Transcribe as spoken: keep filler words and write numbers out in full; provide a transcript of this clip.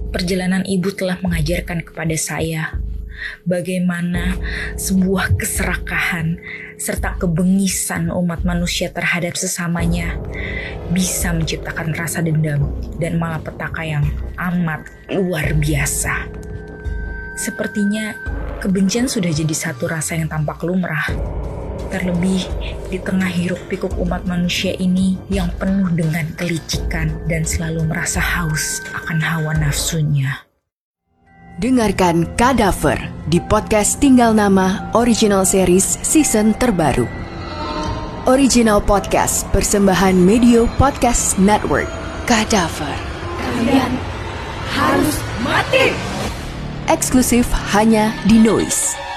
perjalanan ibu telah mengajarkan kepada saya bagaimana sebuah keserakahan serta kebengisan umat manusia terhadap sesamanya bisa menciptakan rasa dendam dan malapetaka yang amat luar biasa. Sepertinya kebencian sudah jadi satu rasa yang tampak lumrah. Terlebih di tengah hiruk-pikuk umat manusia ini yang penuh dengan kelicikan dan selalu merasa haus akan hawa nafsunya. Dengarkan Kadaver di podcast Tinggal Nama Original Series season terbaru. Original Podcast persembahan Medio Podcast Network. Kadaver. Kalian harus mati! Eksklusif hanya di Noise.